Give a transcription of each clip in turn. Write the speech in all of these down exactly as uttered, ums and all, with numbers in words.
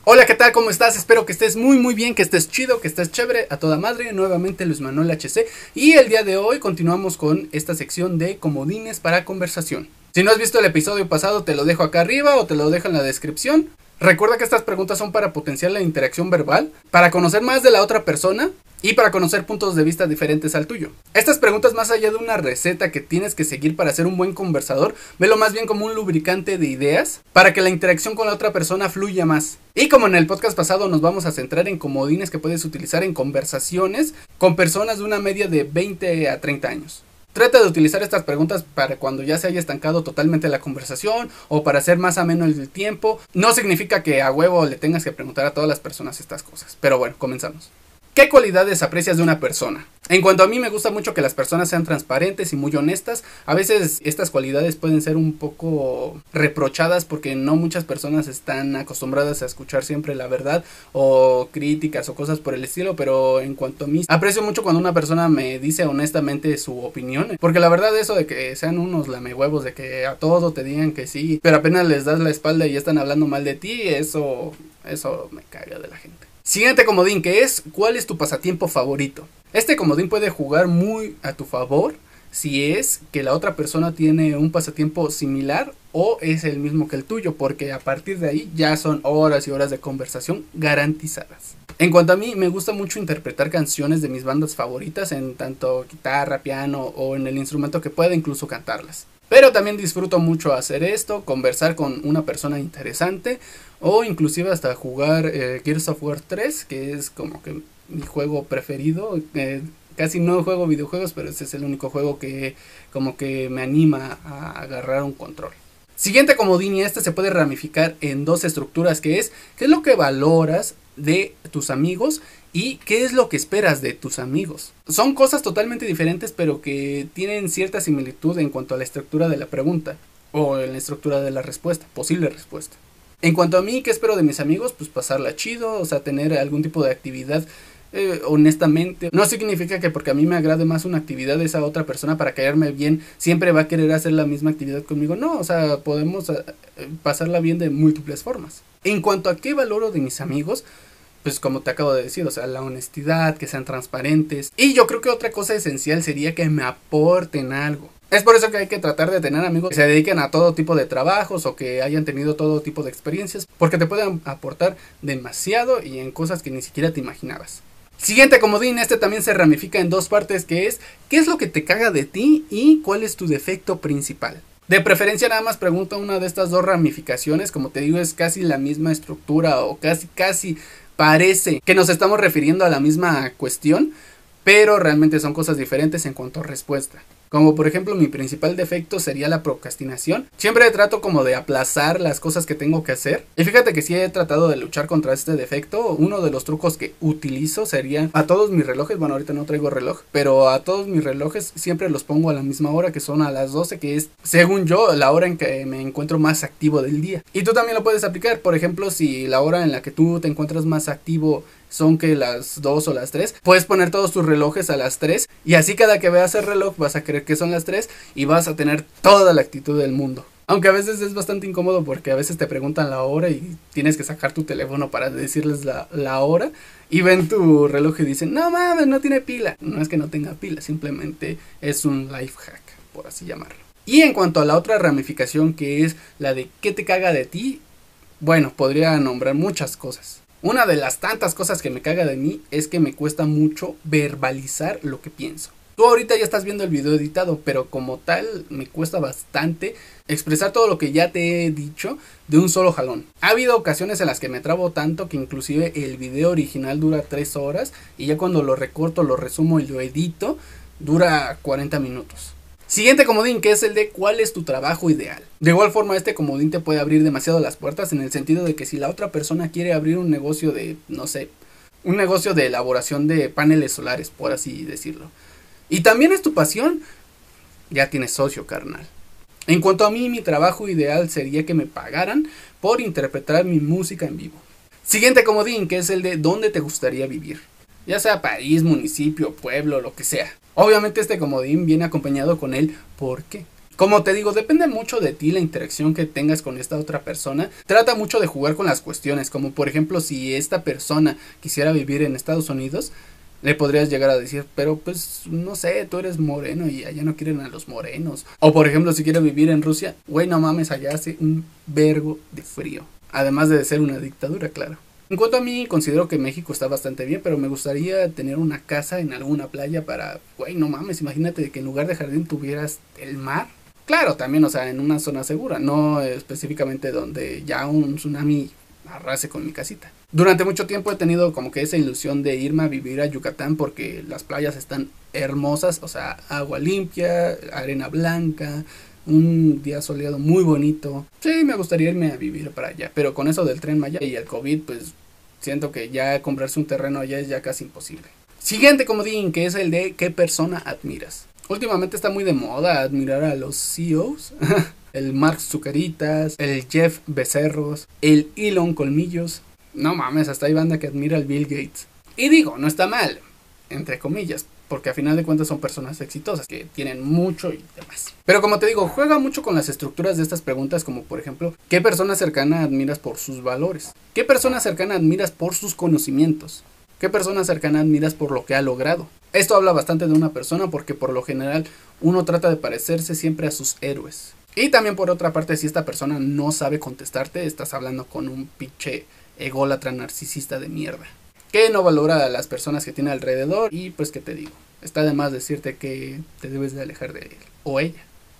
Hola, ¿qué tal? ¿Cómo estás? Espero que estés muy muy bien, que estés chido, que estés chévere, a toda madre. Nuevamente Luis Manuel H C y el día de hoy continuamos con esta sección de comodines para conversación. Si no has visto el episodio pasado, te lo dejo acá arriba o te lo dejo en la descripción. Recuerda que estas preguntas son para potenciar la interacción verbal, para conocer más de la otra persona y para conocer puntos de vista diferentes al tuyo. Estas preguntas, más allá de una receta que tienes que seguir para ser un buen conversador, velo más bien como un lubricante de ideas para que la interacción con la otra persona fluya más. Y como en el podcast pasado nos vamos a centrar en comodines que puedes utilizar en conversaciones con personas de una media de veinte a treinta años. Trata de utilizar estas preguntas para cuando ya se haya estancado totalmente la conversación o para hacer más ameno el tiempo. No significa que a huevo le tengas que preguntar a todas las personas estas cosas. Pero bueno, comenzamos. ¿Qué cualidades aprecias de una persona? En cuanto a mí, me gusta mucho que las personas sean transparentes y muy honestas. A veces estas cualidades pueden ser un poco reprochadas porque no muchas personas están acostumbradas a escuchar siempre la verdad o críticas o cosas por el estilo, pero en cuanto a mí, aprecio mucho cuando una persona me dice honestamente su opinión, porque la verdad eso de que sean unos lamehuevos, de que a todo te digan que sí, pero apenas les das la espalda y ya están hablando mal de ti, eso, eso me caga de la gente. Siguiente comodín, que es ¿cuál es tu pasatiempo favorito? Este comodín puede jugar muy a tu favor si es que la otra persona tiene un pasatiempo similar o es el mismo que el tuyo, porque a partir de ahí ya son horas y horas de conversación garantizadas. En cuanto a mí, me gusta mucho interpretar canciones de mis bandas favoritas en tanto guitarra, piano o en el instrumento que pueda, incluso cantarlas. Pero también disfruto mucho hacer esto, conversar con una persona interesante o inclusive hasta jugar eh, Gears of War tres, que es como que mi juego preferido. Eh, casi no juego videojuegos, pero ese es el único juego que como que me anima a agarrar un control. Siguiente comodín, y este se puede ramificar en dos estructuras, que es ¿qué es lo que valoras de tus amigos y qué es lo que esperas de tus amigos? Son cosas totalmente diferentes, pero que tienen cierta similitud en cuanto a la estructura de la pregunta o en la estructura de la respuesta, posible respuesta. En cuanto a mí, ¿qué espero de mis amigos? Pues pasarla chido, o sea, tener algún tipo de actividad. Eh, honestamente, no significa que porque a mí me agrade más una actividad de esa otra persona para caerme bien siempre va a querer hacer la misma actividad conmigo. No, o sea, podemos eh, pasarla bien de múltiples formas. En cuanto a qué valoro de mis amigos, pues como te acabo de decir, o sea, la honestidad, que sean transparentes. Y yo creo que otra cosa esencial sería que me aporten algo. Es por eso que hay que tratar de tener amigos que se dediquen a todo tipo de trabajos o que hayan tenido todo tipo de experiencias, porque te pueden aportar demasiado y en cosas que ni siquiera te imaginabas. Siguiente comodín, este también se ramifica en dos partes, que es ¿qué es lo que te caga de ti y cuál es tu defecto principal? De preferencia nada más pregunta una de estas dos ramificaciones, como te digo es casi la misma estructura o casi casi parece que nos estamos refiriendo a la misma cuestión, pero realmente son cosas diferentes en cuanto a respuesta. Como por ejemplo mi principal defecto sería la procrastinación. Siempre trato como de aplazar las cosas que tengo que hacer. Y fíjate que sí he tratado de luchar contra este defecto. Uno de los trucos que utilizo sería a todos mis relojes. Bueno, ahorita no traigo reloj, pero a todos mis relojes siempre los pongo a la misma hora, que son a las doce, que es según yo la hora en que me encuentro más activo del día. Y tú también lo puedes aplicar. Por ejemplo, si la hora en la que tú te encuentras más activo son que las dos o las tres, puedes poner todos tus relojes a las tres y así cada que veas el reloj vas a creer que son las tres y vas a tener toda la actitud del mundo. Aunque a veces es bastante incómodo porque a veces te preguntan la hora y tienes que sacar tu teléfono para decirles la, la hora y ven tu reloj y dicen no mames, no tiene pila. No es que no tenga pila, simplemente es un life hack, por así llamarlo. Y en cuanto a la otra ramificación, que es la de ¿qué te caga de ti? Bueno, podría nombrar muchas cosas. Una de las tantas cosas que me caga de mí es que me cuesta mucho verbalizar lo que pienso. Tú ahorita ya estás viendo el video editado, pero como tal me cuesta bastante expresar todo lo que ya te he dicho de un solo jalón. Ha habido ocasiones en las que me trabo tanto que inclusive el video original dura tres horas y ya cuando lo recorto, lo resumo y lo edito, dura cuarenta minutos. Siguiente comodín, que es el de ¿cuál es tu trabajo ideal? De igual forma, este comodín te puede abrir demasiado las puertas en el sentido de que si la otra persona quiere abrir un negocio de, no sé, un negocio de elaboración de paneles solares, por así decirlo, y también es tu pasión, ya tienes socio, carnal. En cuanto a mí, mi trabajo ideal sería que me pagaran por interpretar mi música en vivo. Siguiente comodín, que es el de ¿dónde te gustaría vivir? Ya sea país, municipio, pueblo, lo que sea. Obviamente este comodín viene acompañado con el ¿por qué? Como te digo, depende mucho de ti la interacción que tengas con esta otra persona. Trata mucho de jugar con las cuestiones, como por ejemplo si esta persona quisiera vivir en Estados Unidos, le podrías llegar a decir, pero pues no sé, tú eres moreno y allá no quieren a los morenos. O por ejemplo si quiere vivir en Rusia, güey, no mames, allá hace un vergo de frío. Además de ser una dictadura, claro. En cuanto a mí, considero que México está bastante bien, pero me gustaría tener una casa en alguna playa para, güey, no mames, imagínate que en lugar de jardín tuvieras el mar. Claro, también, o sea, en una zona segura, no específicamente donde ya un tsunami arrase con mi casita. Durante mucho tiempo he tenido como que esa ilusión de irme a vivir a Yucatán porque las playas están hermosas, o sea, agua limpia, arena blanca, un día soleado muy bonito. Sí, me gustaría irme a vivir para allá, pero con eso del Tren Maya y el COVID, pues siento que ya comprarse un terreno allá es ya casi imposible. Siguiente comodín, que es el de ¿qué persona admiras? Últimamente está muy de moda admirar a los C E Os, el Mark Zucaritas, el Jeff Becerros, el Elon Colmillos. No mames, hasta hay banda que admira al Bill Gates. Y digo, no está mal, entre comillas, porque a final de cuentas son personas exitosas, que tienen mucho y demás. Pero como te digo, juega mucho con las estructuras de estas preguntas, como por ejemplo, ¿qué persona cercana admiras por sus valores? ¿Qué persona cercana admiras por sus conocimientos? ¿Qué persona cercana admiras por lo que ha logrado? Esto habla bastante de una persona porque por lo general uno trata de parecerse siempre a sus héroes. Y también por otra parte, si esta persona no sabe contestarte, estás hablando con un pinche ególatra narcisista de mierda, que no valora a las personas que tiene alrededor y pues que te digo, está de más decirte que te debes de alejar de él o ella.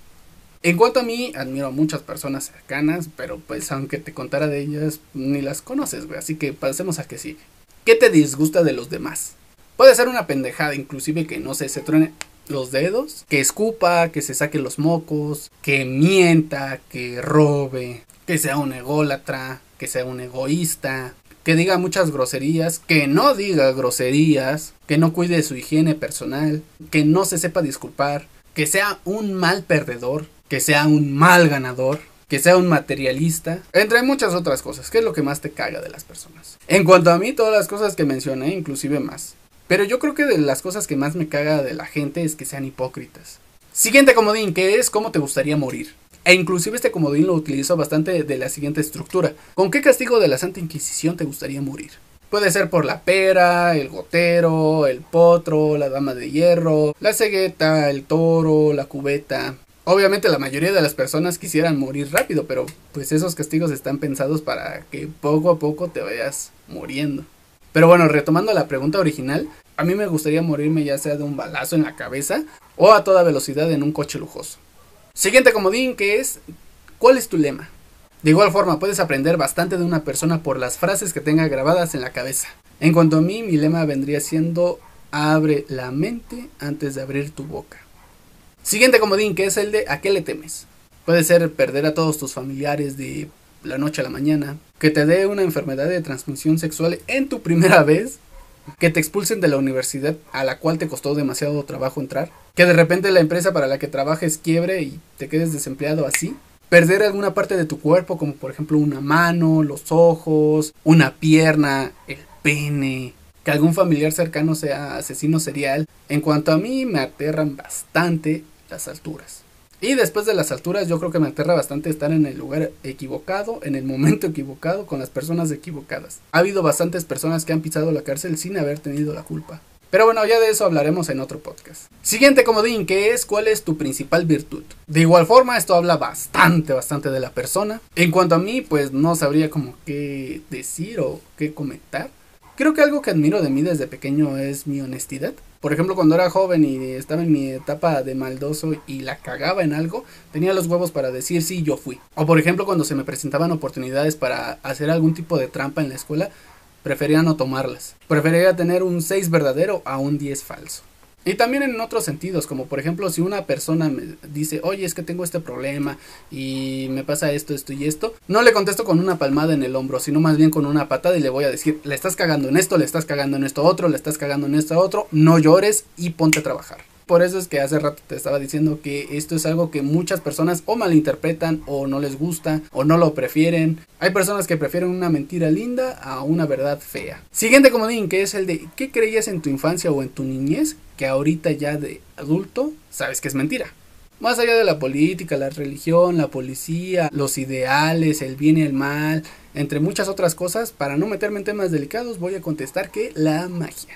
En cuanto a mí, admiro a muchas personas cercanas, pero pues aunque te contara de ellas, ni las conoces, güey, así que pasemos a que sigue. ¿Qué te disgusta de los demás? Puede ser una pendejada, inclusive que no sé, se truene los dedos, que escupa, que se saque los mocos, que mienta, que robe, que sea un ególatra, que sea un egoísta, que diga muchas groserías, que no diga groserías, que no cuide su higiene personal, que no se sepa disculpar, que sea un mal perdedor, que sea un mal ganador, que sea un materialista, entre muchas otras cosas. ¿Qué es lo que más te caga de las personas? En cuanto a mí, todas las cosas que mencioné, inclusive más. Pero yo creo que de las cosas que más me caga de la gente es que sean hipócritas. Siguiente comodín, que es ¿cómo te gustaría morir? E inclusive este comodín lo utilizo bastante de la siguiente estructura. ¿Con qué castigo de la Santa Inquisición te gustaría morir? Puede ser por la pera, el gotero, el potro, la dama de hierro, la cegueta, el toro, la cubeta. Obviamente la mayoría de las personas quisieran morir rápido, pero pues esos castigos están pensados para que poco a poco te vayas muriendo. Pero bueno, retomando la pregunta original, a mí me gustaría morirme ya sea de un balazo en la cabeza o a toda velocidad en un coche lujoso. Siguiente comodín, que es ¿cuál es tu lema? De igual forma, puedes aprender bastante de una persona por las frases que tenga grabadas en la cabeza. En cuanto a mí, mi lema vendría siendo abre la mente antes de abrir tu boca. Siguiente comodín, que es el de ¿a qué le temes? Puede ser perder a todos tus familiares de la noche a la mañana, que te dé una enfermedad de transmisión sexual en tu primera vez, que te expulsen de la universidad a la cual te costó demasiado trabajo entrar, que de repente la empresa para la que trabajes quiebre y te quedes desempleado así, perder alguna parte de tu cuerpo como por ejemplo una mano, los ojos, una pierna, el pene, que algún familiar cercano sea asesino serial. En cuanto a mí, me aterran bastante las alturas. Y después de las alturas, yo creo que me aterra bastante estar en el lugar equivocado, en el momento equivocado, con las personas equivocadas. Ha habido bastantes personas que han pisado la cárcel sin haber tenido la culpa. Pero bueno, ya de eso hablaremos en otro podcast. Siguiente comodín, que es ¿cuál es tu principal virtud? De igual forma, esto habla bastante, bastante de la persona. En cuanto a mí, pues no sabría como qué decir o qué comentar. Creo que algo que admiro de mí desde pequeño es mi honestidad. Por ejemplo, cuando era joven y estaba en mi etapa de maldoso y la cagaba en algo, tenía los huevos para decir sí, yo fui. O por ejemplo, cuando se me presentaban oportunidades para hacer algún tipo de trampa en la escuela, prefería no tomarlas. Prefería tener un seis verdadero a un diez falso. Y también en otros sentidos, como por ejemplo si una persona me dice, oye, es que tengo este problema y me pasa esto, esto y esto, no le contesto con una palmada en el hombro, sino más bien con una patada y le voy a decir, le estás cagando en esto, le estás cagando en esto otro, le estás cagando en esto otro, no llores y ponte a trabajar. Por eso es que hace rato te estaba diciendo que esto es algo que muchas personas o malinterpretan o no les gusta o no lo prefieren. Hay personas que prefieren una mentira linda a una verdad fea. Siguiente comodín, que es el de ¿qué creías en tu infancia o en tu niñez que ahorita ya de adulto sabes que es mentira? Más allá de la política, la religión, la policía, los ideales, el bien y el mal, entre muchas otras cosas, para no meterme en temas delicados, voy a contestar que la magia.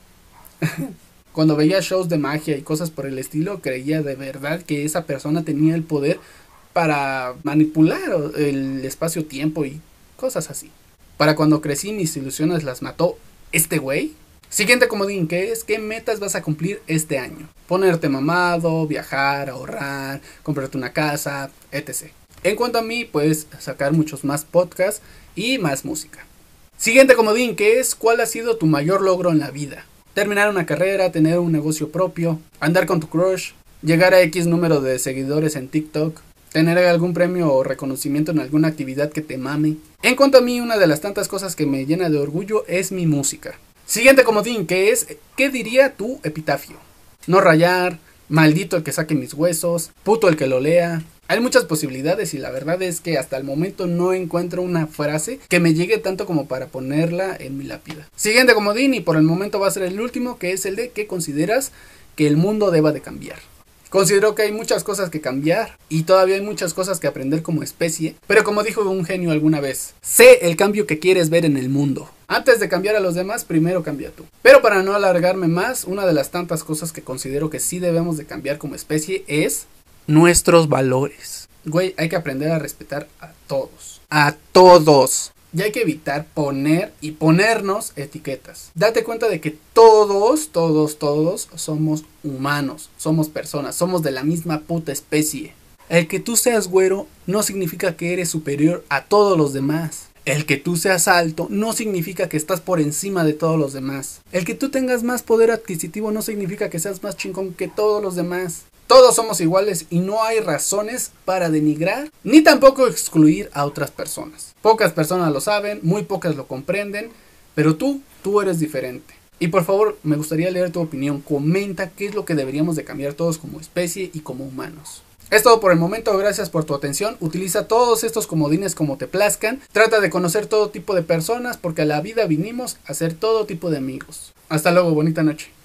Cuando veía shows de magia y cosas por el estilo, creía de verdad que esa persona tenía el poder para manipular el espacio-tiempo y cosas así. Para cuando crecí, mis ilusiones las mató este güey. Siguiente comodín, ¿qué es? ¿Qué metas vas a cumplir este año? Ponerte mamado, viajar, ahorrar, comprarte una casa, etcétera. En cuanto a mí, pues sacar muchos más podcasts y más música. Siguiente comodín, ¿qué es? ¿Cuál ha sido tu mayor logro en la vida? Terminar una carrera, tener un negocio propio, andar con tu crush, llegar a X número de seguidores en TikTok, tener algún premio o reconocimiento en alguna actividad que te mame. En cuanto a mí, una de las tantas cosas que me llena de orgullo es mi música. Siguiente comodín, que es, ¿qué diría tu epitafio? No rayar, maldito el que saque mis huesos, puto el que lo lea. Hay muchas posibilidades y la verdad es que hasta el momento no encuentro una frase que me llegue tanto como para ponerla en mi lápida. Siguiente comodín, y por el momento va a ser el último, que es el de ¿qué consideras que el mundo deba de cambiar? Considero que hay muchas cosas que cambiar y todavía hay muchas cosas que aprender como especie, pero como dijo un genio alguna vez, sé el cambio que quieres ver en el mundo. Antes de cambiar a los demás, primero cambia tú. Pero para no alargarme más, una de las tantas cosas que considero que sí debemos de cambiar como especie es nuestros valores. Güey, hay que aprender a respetar a todos. A todos. Y hay que evitar poner y ponernos etiquetas. Date cuenta de que todos, todos, todos somos humanos, somos personas, somos de la misma puta especie. El que tú seas güero no significa que eres superior a todos los demás. El que tú seas alto no significa que estás por encima de todos los demás. El que tú tengas más poder adquisitivo no significa que seas más chingón que todos los demás. Todos somos iguales y no hay razones para denigrar ni tampoco excluir a otras personas. Pocas personas lo saben, muy pocas lo comprenden, pero tú, tú eres diferente. Y por favor, me gustaría leer tu opinión. Comenta qué es lo que deberíamos de cambiar todos como especie y como humanos. Es todo por el momento, gracias por tu atención. Utiliza todos estos comodines como te plazcan. Trata de conocer todo tipo de personas porque a la vida vinimos a ser todo tipo de amigos. Hasta luego, bonita noche.